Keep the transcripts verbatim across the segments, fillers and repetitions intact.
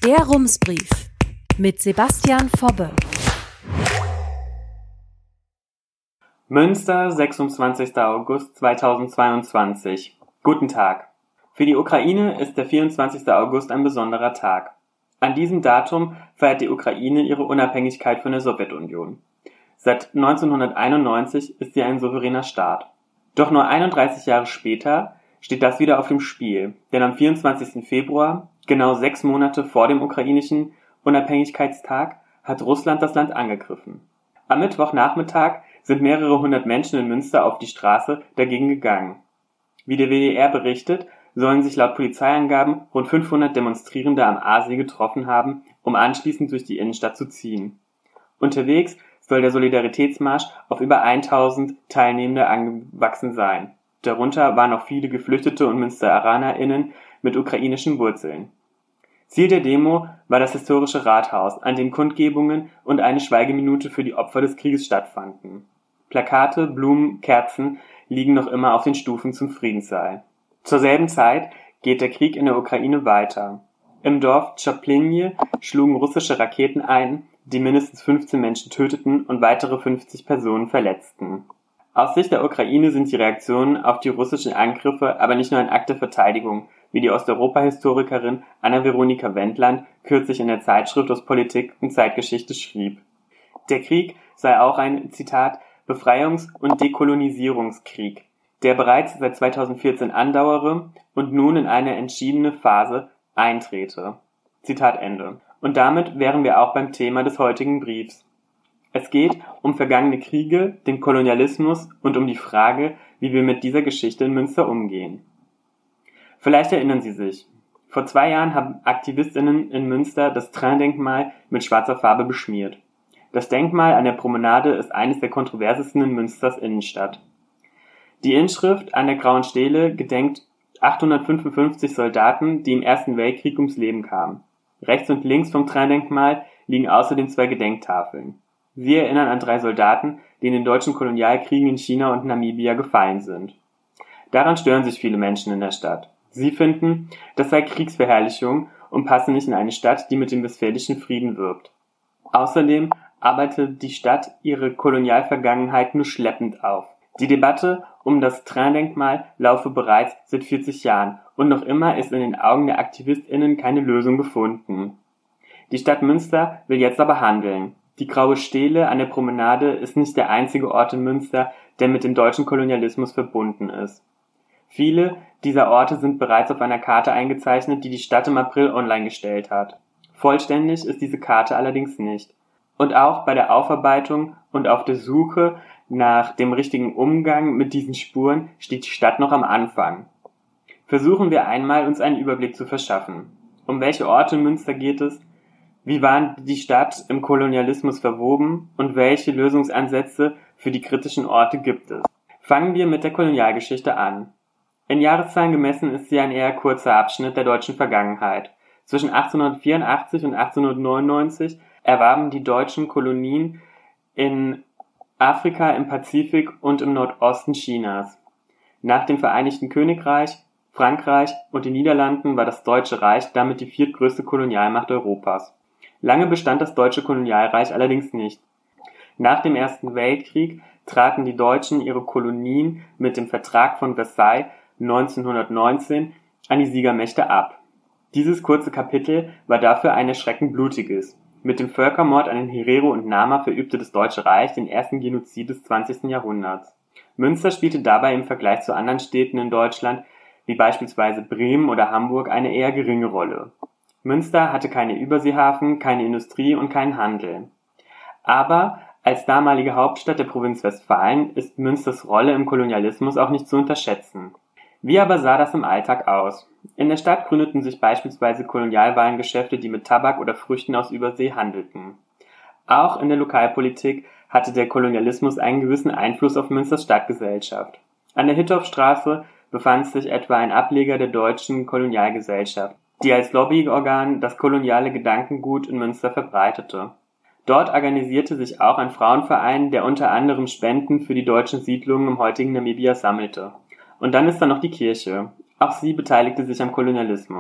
Der Rumsbrief mit Sebastian Fobbe. Münster, sechsundzwanzigster August zweitausendzweiundzwanzig. Guten Tag. Für die Ukraine ist der vierundzwanzigster August ein besonderer Tag. An diesem Datum feiert die Ukraine ihre Unabhängigkeit von der Sowjetunion. Seit neunzehnhunderteinundneunzig ist sie ein souveräner Staat. Doch nur einunddreißig Jahre später steht das wieder auf dem Spiel, denn am vierundzwanzigsten Februar, genau sechs Monate vor dem ukrainischen Unabhängigkeitstag, hat Russland das Land angegriffen. Am Mittwochnachmittag sind mehrere hundert Menschen in Münster auf die Straße dagegen gegangen. Wie der W D R berichtet, sollen sich laut Polizeiangaben rund fünfhundert Demonstrierende am Aasee getroffen haben, um anschließend durch die Innenstadt zu ziehen. Unterwegs soll der Solidaritätsmarsch auf über tausend Teilnehmende angewachsen sein. Darunter waren auch viele Geflüchtete und MünsteranerInnen mit ukrainischen Wurzeln. Ziel der Demo war das historische Rathaus, an dem Kundgebungen und eine Schweigeminute für die Opfer des Krieges stattfanden. Plakate, Blumen, Kerzen liegen noch immer auf den Stufen zum Friedenssaal. Zur selben Zeit geht der Krieg in der Ukraine weiter. Im Dorf Tschaplinje schlugen russische Raketen ein, die mindestens fünfzehn Menschen töteten und weitere fünfzig Personen verletzten. Aus Sicht der Ukraine sind die Reaktionen auf die russischen Angriffe aber nicht nur ein Akt der Verteidigung, wie die Osteuropa-Historikerin Anna-Veronika Wendland kürzlich in der Zeitschrift aus Politik und Zeitgeschichte schrieb. Der Krieg sei auch ein, Zitat, Befreiungs- und Dekolonisierungskrieg, der bereits seit zweitausendvierzehn andauere und nun in eine entschiedene Phase eintrete. Zitat Ende. Und damit wären wir auch beim Thema des heutigen Briefs. Es geht um vergangene Kriege, den Kolonialismus und um die Frage, wie wir mit dieser Geschichte in Münster umgehen. Vielleicht erinnern Sie sich, vor zwei Jahren haben AktivistInnen in Münster das Train-Denkmal mit schwarzer Farbe beschmiert. Das Denkmal an der Promenade ist eines der kontroversesten in Münsters Innenstadt. Die Inschrift an der Grauen Stele gedenkt achthundertfünfundfünfzig Soldaten, die im Ersten Weltkrieg ums Leben kamen. Rechts und links vom Train-Denkmal liegen außerdem zwei Gedenktafeln. Sie erinnern an drei Soldaten, die in den deutschen Kolonialkriegen in China und Namibia gefallen sind. Daran stören sich viele Menschen in der Stadt. Sie finden, das sei Kriegsverherrlichung und passen nicht in eine Stadt, die mit dem Westfälischen Frieden wirbt. Außerdem arbeitet die Stadt ihre Kolonialvergangenheit nur schleppend auf. Die Debatte um das Train-Denkmal laufe bereits seit vierzig Jahren und noch immer ist in den Augen der AktivistInnen keine Lösung gefunden. Die Stadt Münster will jetzt aber handeln. Die Graue Stele an der Promenade ist nicht der einzige Ort in Münster, der mit dem deutschen Kolonialismus verbunden ist. Viele dieser Orte sind bereits auf einer Karte eingezeichnet, die die Stadt im April online gestellt hat. Vollständig ist diese Karte allerdings nicht. Und auch bei der Aufarbeitung und auf der Suche nach dem richtigen Umgang mit diesen Spuren steht die Stadt noch am Anfang. Versuchen wir einmal, uns einen Überblick zu verschaffen. Um welche Orte in Münster geht es? Wie waren die Stadt im Kolonialismus verwoben und welche Lösungsansätze für die kritischen Orte gibt es? Fangen wir mit der Kolonialgeschichte an. In Jahreszahlen gemessen ist sie ein eher kurzer Abschnitt der deutschen Vergangenheit. Zwischen achtzehnhundertvierundachtzig und achtzehnhundertneunundneunzig erwarben die deutschen Kolonien in Afrika, im Pazifik und im Nordosten Chinas. Nach dem Vereinigten Königreich, Frankreich und den Niederlanden war das Deutsche Reich damit die viertgrößte Kolonialmacht Europas. Lange bestand das Deutsche Kolonialreich allerdings nicht. Nach dem Ersten Weltkrieg traten die Deutschen ihre Kolonien mit dem Vertrag von Versailles neunzehnhundertneunzehn an die Siegermächte ab. Dieses kurze Kapitel war dafür ein erschreckend blutiges. Mit dem Völkermord an den Herero und Nama verübte das Deutsche Reich den ersten Genozid des zwanzigsten Jahrhunderts. Münster spielte dabei im Vergleich zu anderen Städten in Deutschland, wie beispielsweise Bremen oder Hamburg, eine eher geringe Rolle. Münster hatte keine Überseehafen, keine Industrie und keinen Handel. Aber als damalige Hauptstadt der Provinz Westfalen ist Münsters Rolle im Kolonialismus auch nicht zu unterschätzen. Wie aber sah das im Alltag aus? In der Stadt gründeten sich beispielsweise Kolonialwarengeschäfte, die mit Tabak oder Früchten aus Übersee handelten. Auch in der Lokalpolitik hatte der Kolonialismus einen gewissen Einfluss auf Münsters Stadtgesellschaft. An der Hittorfstraße befand sich etwa ein Ableger der Deutschen Kolonialgesellschaft, die als Lobbyorgan das koloniale Gedankengut in Münster verbreitete. Dort organisierte sich auch ein Frauenverein, der unter anderem Spenden für die deutschen Siedlungen im heutigen Namibia sammelte. Und dann ist da noch die Kirche. Auch sie beteiligte sich am Kolonialismus.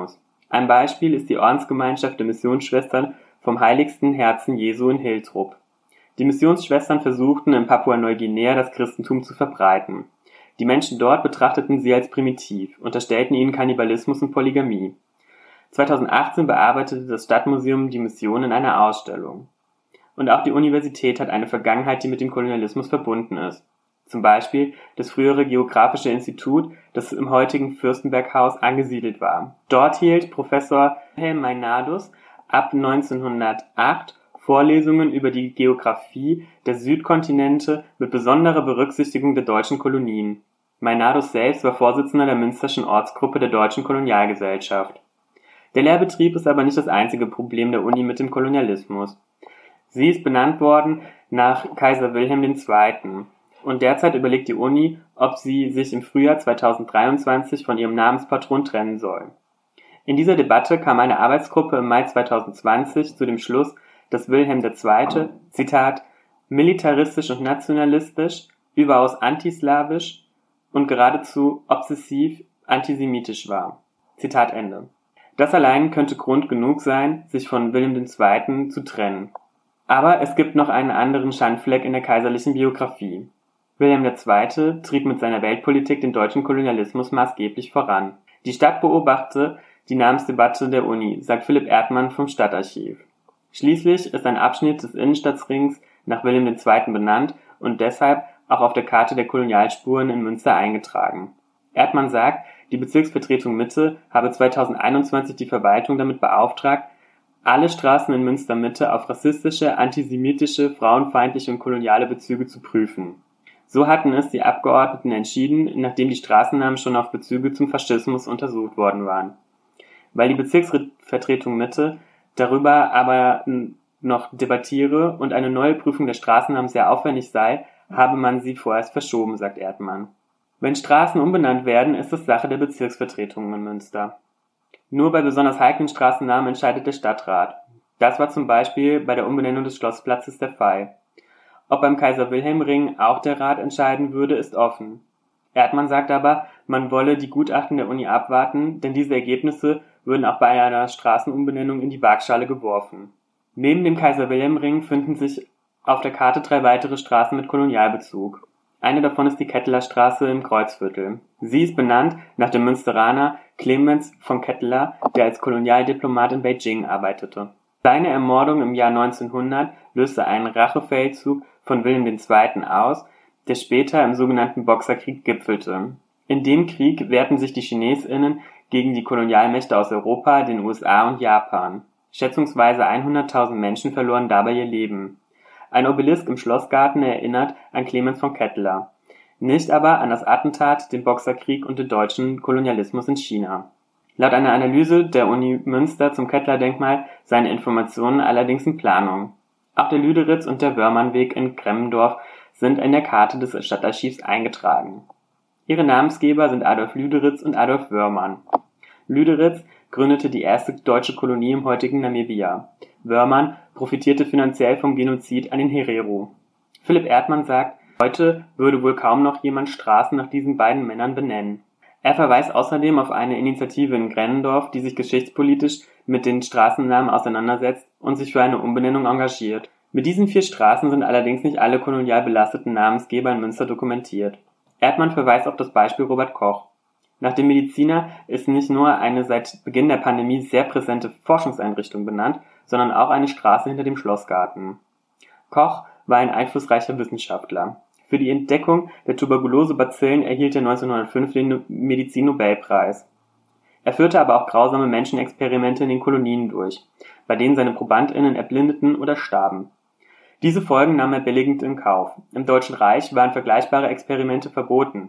Ein Beispiel ist die Ordensgemeinschaft der Missionsschwestern vom Heiligsten Herzen Jesu in Hiltrup. Die Missionsschwestern versuchten in Papua-Neuguinea das Christentum zu verbreiten. Die Menschen dort betrachteten sie als primitiv, unterstellten ihnen Kannibalismus und Polygamie. zweitausendachtzehn bearbeitete das Stadtmuseum die Mission in einer Ausstellung. Und auch die Universität hat eine Vergangenheit, die mit dem Kolonialismus verbunden ist. Zum Beispiel das frühere Geographische Institut, das im heutigen Fürstenberghaus angesiedelt war. Dort hielt Professor Wilhelm Meinardus ab neunzehnhundertacht Vorlesungen über die Geographie der Südkontinente mit besonderer Berücksichtigung der deutschen Kolonien. Meinardus selbst war Vorsitzender der Münsterschen Ortsgruppe der Deutschen Kolonialgesellschaft. Der Lehrbetrieb ist aber nicht das einzige Problem der Uni mit dem Kolonialismus. Sie ist benannt worden nach Kaiser Wilhelm der Zweite. Und derzeit überlegt die Uni, ob sie sich im Frühjahr zweitausenddreiundzwanzig von ihrem Namenspatron trennen soll. In dieser Debatte kam eine Arbeitsgruppe im Mai zweitausendzwanzig zu dem Schluss, dass Wilhelm der Zweite, Zitat, militaristisch und nationalistisch, überaus antislawisch und geradezu obsessiv antisemitisch war. Zitat Ende. Das allein könnte Grund genug sein, sich von Wilhelm der Zweite zu trennen. Aber es gibt noch einen anderen Schandfleck in der kaiserlichen Biografie. Wilhelm der Zweite trieb mit seiner Weltpolitik den deutschen Kolonialismus maßgeblich voran. Die Stadt beobachte die Namensdebatte der Uni, sagt Philipp Erdmann vom Stadtarchiv. Schließlich ist ein Abschnitt des Innenstadtrings nach Wilhelm der Zweite benannt und deshalb auch auf der Karte der Kolonialspuren in Münster eingetragen. Erdmann sagt, die Bezirksvertretung Mitte habe zweitausendeinundzwanzig die Verwaltung damit beauftragt, alle Straßen in Münster-Mitte auf rassistische, antisemitische, frauenfeindliche und koloniale Bezüge zu prüfen. So hatten es die Abgeordneten entschieden, nachdem die Straßennamen schon auf Bezüge zum Faschismus untersucht worden waren. Weil die Bezirksvertretung Mitte darüber aber noch debattiere und eine neue Prüfung der Straßennamen sehr aufwendig sei, habe man sie vorerst verschoben, sagt Erdmann. Wenn Straßen umbenannt werden, ist es Sache der Bezirksvertretungen in Münster. Nur bei besonders heiklen Straßennamen entscheidet der Stadtrat. Das war zum Beispiel bei der Umbenennung des Schlossplatzes der Fall. Ob beim Kaiser-Wilhelm-Ring auch der Rat entscheiden würde, ist offen. Erdmann sagt aber, man wolle die Gutachten der Uni abwarten, denn diese Ergebnisse würden auch bei einer Straßenumbenennung in die Waagschale geworfen. Neben dem Kaiser-Wilhelm-Ring finden sich auf der Karte drei weitere Straßen mit Kolonialbezug. Eine davon ist die Ketteler Straße im Kreuzviertel. Sie ist benannt nach dem Münsteraner Clemens von Ketteler, der als Kolonialdiplomat in Beijing arbeitete. Seine Ermordung im Jahr neunzehnhundert löste einen Rachefeldzug von Wilhelm der Zweite aus, der später im sogenannten Boxerkrieg gipfelte. In dem Krieg wehrten sich die ChinesInnen gegen die Kolonialmächte aus Europa, den U S A und Japan. Schätzungsweise hunderttausend Menschen verloren dabei ihr Leben. Ein Obelisk im Schlossgarten erinnert an Clemens von Ketteler, nicht aber an das Attentat, den Boxerkrieg und den deutschen Kolonialismus in China. Laut einer Analyse der Uni Münster zum Kettler-Denkmal seien Informationen allerdings in Planung. Auch der Lüderitz und der Wörmannweg in Gremmendorf sind in der Karte des Stadtarchivs eingetragen. Ihre Namensgeber sind Adolf Lüderitz und Adolf Wörmann. Lüderitz gründete die erste deutsche Kolonie im heutigen Namibia. Wörmann profitierte finanziell vom Genozid an den Herero. Philipp Erdmann sagt, heute würde wohl kaum noch jemand Straßen nach diesen beiden Männern benennen. Er verweist außerdem auf eine Initiative in Grennendorf, die sich geschichtspolitisch mit den Straßennamen auseinandersetzt und sich für eine Umbenennung engagiert. Mit diesen vier Straßen sind allerdings nicht alle kolonial belasteten Namensgeber in Münster dokumentiert. Erdmann verweist auf das Beispiel Robert Koch. Nach dem Mediziner ist nicht nur eine seit Beginn der Pandemie sehr präsente Forschungseinrichtung benannt, sondern auch eine Straße hinter dem Schlossgarten. Koch war ein einflussreicher Wissenschaftler. Für die Entdeckung der Tuberkulose-Bazillen erhielt er neunzehnhundertfünf den Medizin-Nobelpreis. Er führte aber auch grausame Menschenexperimente in den Kolonien durch, bei denen seine ProbandInnen erblindeten oder starben. Diese Folgen nahm er billigend in Kauf. Im Deutschen Reich waren vergleichbare Experimente verboten.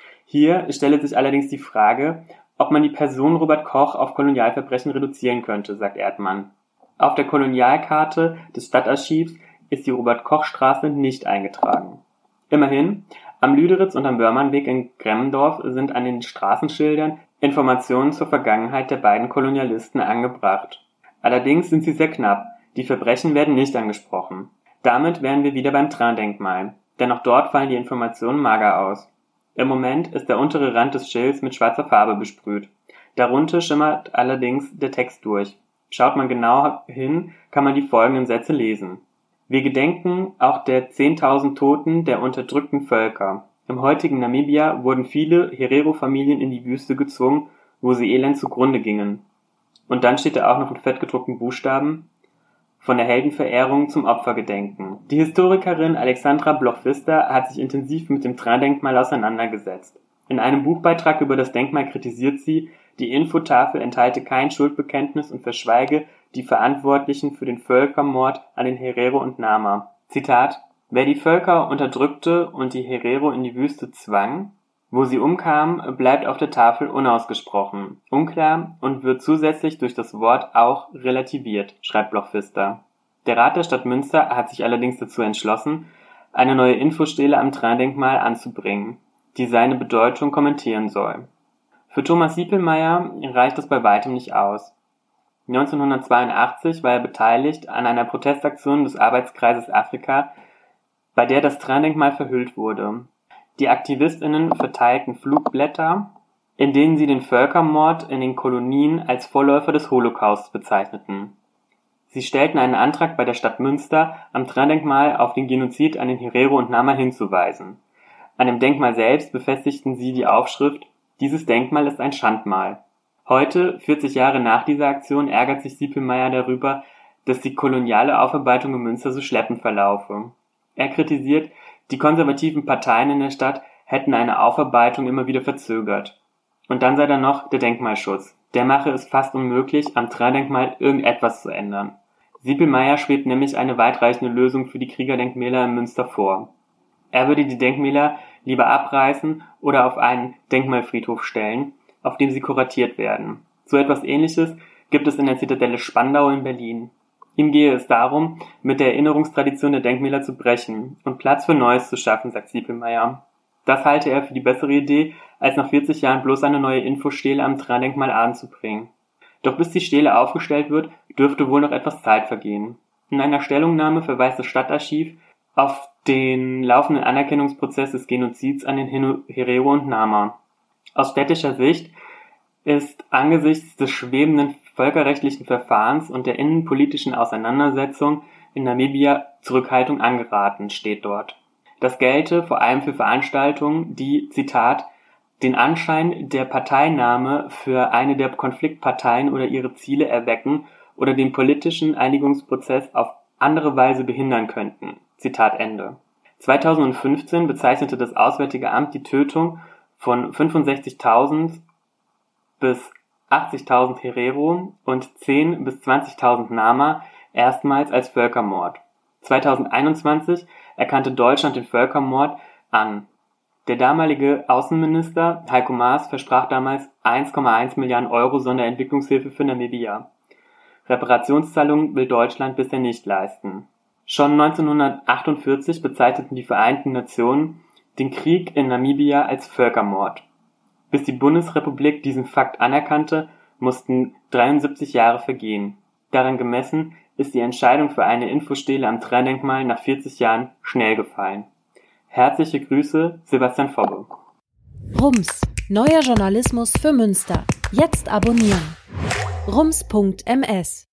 Hier stelle sich allerdings die Frage, ob man die Person Robert Koch auf Kolonialverbrechen reduzieren könnte, sagt Erdmann. Auf der Kolonialkarte des Stadtarchivs ist die Robert-Koch-Straße nicht eingetragen. Immerhin, am Lüderitz und am Wörmannweg in Gremmendorf sind an den Straßenschildern Informationen zur Vergangenheit der beiden Kolonialisten angebracht. Allerdings sind sie sehr knapp, die Verbrechen werden nicht angesprochen. Damit wären wir wieder beim Train-Denkmal, denn auch dort fallen die Informationen mager aus. Im Moment ist der untere Rand des Schilds mit schwarzer Farbe besprüht. Darunter schimmert allerdings der Text durch. Schaut man genau hin, kann man die folgenden Sätze lesen. Wir gedenken auch der zehntausend Toten der unterdrückten Völker. Im heutigen Namibia wurden viele Herero-Familien in die Wüste gezwungen, wo sie elend zugrunde gingen. Und dann steht da auch noch in fettgedruckten Buchstaben: Von der Heldenverehrung zum Opfergedenken. Die Historikerin Alexandra Bloch-Pfister hat sich intensiv mit dem Tra-Denkmal auseinandergesetzt. In einem Buchbeitrag über das Denkmal kritisiert sie, die Infotafel enthalte kein Schuldbekenntnis und verschweige die Verantwortlichen für den Völkermord an den Herero und Nama. Zitat: Wer die Völker unterdrückte und die Herero in die Wüste zwang, wo sie umkamen, bleibt auf der Tafel unausgesprochen, unklar und wird zusätzlich durch das Wort auch relativiert, schreibt Bloch-Pfister. Der Rat der Stadt Münster hat sich allerdings dazu entschlossen, eine neue Infostele am Tra-Denkmal anzubringen, die seine Bedeutung kommentieren soll. Für Thomas Siepelmeier reicht das bei weitem nicht aus. neunzehnhundertzweiundachtzig war er beteiligt an einer Protestaktion des Arbeitskreises Afrika, bei der das Tra-Denkmal verhüllt wurde. Die AktivistInnen verteilten Flugblätter, in denen sie den Völkermord in den Kolonien als Vorläufer des Holocaust bezeichneten. Sie stellten einen Antrag bei der Stadt Münster, am Tra-Denkmal auf den Genozid an den Herero und Nama hinzuweisen. An dem Denkmal selbst befestigten sie die Aufschrift: Dieses Denkmal ist ein Schandmal. Heute, vierzig Jahre nach dieser Aktion, ärgert sich Siepelmeier darüber, dass die koloniale Aufarbeitung in Münster so schleppend verlaufe. Er kritisiert, die konservativen Parteien in der Stadt hätten eine Aufarbeitung immer wieder verzögert. Und dann sei da noch der Denkmalschutz. Der mache es fast unmöglich, am Tra-Denkmal irgendetwas zu ändern. Siepelmeier schwebt nämlich eine weitreichende Lösung für die Kriegerdenkmäler in Münster vor. Er würde die Denkmäler lieber abreißen oder auf einen Denkmalfriedhof stellen, auf dem sie kuratiert werden. So etwas Ähnliches gibt es in der Zitadelle Spandau in Berlin. Ihm gehe es darum, mit der Erinnerungstradition der Denkmäler zu brechen und Platz für Neues zu schaffen, sagt Siepelmeier. Das halte er für die bessere Idee, als nach vierzig Jahren bloß eine neue Infostele am Tra-Denkmal anzubringen. Doch bis die Stele aufgestellt wird, dürfte wohl noch etwas Zeit vergehen. In einer Stellungnahme verweist das Stadtarchiv auf den laufenden Anerkennungsprozess des Genozids an den Herero und Nama. Aus städtischer Sicht ist angesichts des schwebenden völkerrechtlichen Verfahrens und der innenpolitischen Auseinandersetzung in Namibia Zurückhaltung angeraten, steht dort. Das gelte vor allem für Veranstaltungen, die, Zitat, den Anschein der Parteinahme für eine der Konfliktparteien oder ihre Ziele erwecken oder den politischen Einigungsprozess auf andere Weise behindern könnten. Zitat Ende. zweitausendfünfzehn bezeichnete das Auswärtige Amt die Tötung von fünfundsechzigtausend bis achtzigtausend Herero und zehn bis zwanzigtausend Nama erstmals als Völkermord. zweitausendeinundzwanzig erkannte Deutschland den Völkermord an. Der damalige Außenminister Heiko Maas versprach damals eins Komma eins Milliarden Euro Sonderentwicklungshilfe für Namibia. Reparationszahlungen will Deutschland bisher nicht leisten. Schon neunzehnhundertachtundvierzig bezeichneten die Vereinten Nationen den Krieg in Namibia als Völkermord. Bis die Bundesrepublik diesen Fakt anerkannte, mussten dreiundsiebzig Jahre vergehen. Daran gemessen ist die Entscheidung für eine Infostele am Tra-Denkmal nach vierzig Jahren schnell gefallen. Herzliche Grüße, Sebastian Fobbe. Rums, neuer Journalismus für Münster. Jetzt abonnieren. rums punkt ms